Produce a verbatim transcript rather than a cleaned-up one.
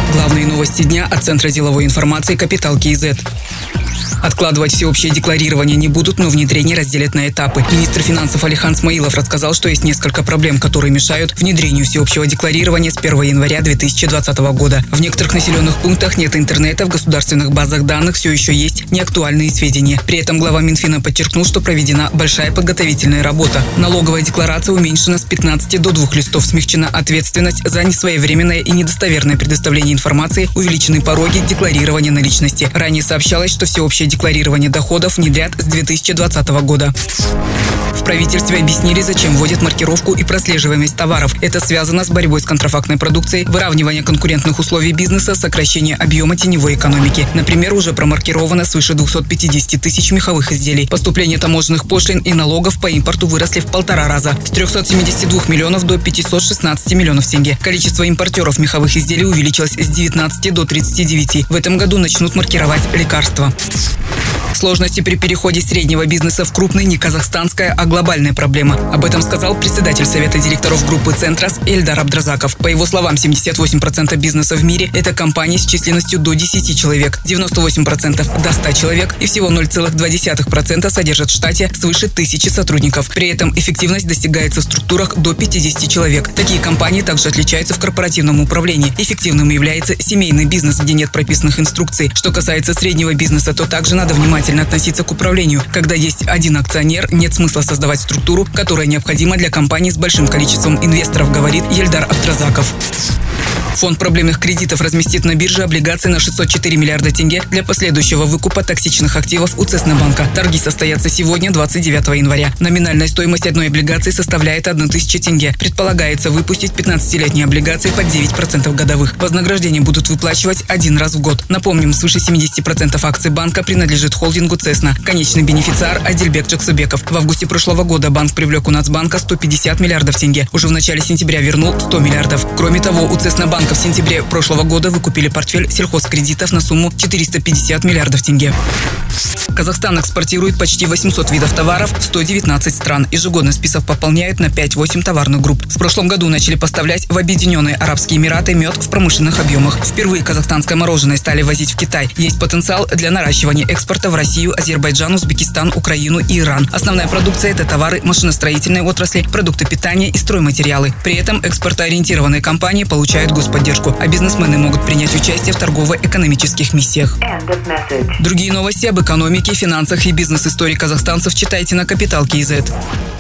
Главные новости дня от Центра деловой информации «Капитал КИЗ». Откладывать всеобщее декларирование не будут, но внедрение разделят на этапы. Министр финансов Алихан Смаилов рассказал, что есть несколько проблем, которые мешают внедрению всеобщего декларирования с первого января две тысячи двадцатого года. В некоторых населенных пунктах нет интернета, в государственных базах данных все еще есть неактуальные сведения. При этом глава Минфина подчеркнул, что проведена большая подготовительная работа. Налоговая декларация уменьшена с пятнадцати до двух листов, смягчена ответственность за несвоевременное и недостоверное предоставление информации, увеличены пороги декларирования наличности. Ранее сообщалось, что всеобщее декларирование доходов внедрят с две тысячи двадцатого года. В правительстве объяснили, зачем вводят маркировку и прослеживаемость товаров. Это связано с борьбой с контрафактной продукцией, выравнивание конкурентных условий бизнеса, сокращение объема теневой экономики. Например, уже промаркировано свыше двухсот пятидесяти тысяч меховых изделий. Поступление таможенных пошлин и налогов по импорту выросли в полтора раза. С трёхсот семидесяти двух миллионов до пятисот шестнадцати миллионов тенге. Количество импортеров меховых изделий увеличилось с девятнадцати до тридцати девяти. В этом году начнут маркировать лекарства. Сложности при переходе среднего бизнеса в крупный не казахстанская, а глобальная проблема. Об этом сказал председатель Совета директоров группы «Центрас» Эльдар Абдразаков. По его словам, семьдесят восемь процентов бизнеса в мире – это компании с численностью до десяти человек, девяносто восемь процентов до ста человек и всего ноль целых две десятых процента содержат в штате свыше тысячи сотрудников. При этом эффективность достигается в структурах до пятидесяти человек. Такие компании также отличаются в корпоративном управлении. Эффективным является семейный бизнес, где нет прописанных инструкций. Что касается среднего бизнеса, то также надо внимательно относиться к управлению. Когда есть один акционер, нет смысла создавать структуру, которая необходима для компаний с большим количеством инвесторов, говорит Эльдар Абдразаков. Фонд проблемных кредитов разместит на бирже облигации на шестьсот четыре миллиарда тенге для последующего выкупа токсичных активов у Цеснобанка. Торги состоятся сегодня, двадцать девятого января. Номинальная стоимость одной облигации составляет одну тысячу тенге. Предполагается выпустить пятнадцатилетние облигации под девять процентов годовых. Вознаграждения будут выплачивать один раз в год. Напомним, свыше семидесяти процентов акций банка принадлежит холдингу Цесна. Конечный бенефициар Адильбек Джаксубеков. В августе прошлого года банк привлек у Нацбанка сто пятьдесят миллиардов тенге. Уже в начале сентября вернул сто миллиардов. Кроме того, у Цеснобанка в сентябре прошлого года выкупили портфель сельхозкредитов на сумму четыреста пятьдесят миллиардов тенге. Казахстан экспортирует почти восемьсот видов товаров в сто девятнадцать стран. Ежегодно список пополняют на пять-восемь товарных групп. В прошлом году начали поставлять в Объединенные Арабские Эмираты мед в промышленных объемах. Впервые казахстанское мороженое стали возить в Китай. Есть потенциал для наращивания экспорта в Россию, Азербайджан, Узбекистан, Украину и Иран. Основная продукция – это товары машиностроительной отрасли, продукты питания и стройматериалы. При этом экспортоориентированные компании получают господдержку, а бизнесмены могут принять участие в торгово-экономических миссиях. Другие новости об экономике, финансах и бизнес-истории казахстанцев читайте на Капитал КИЗ.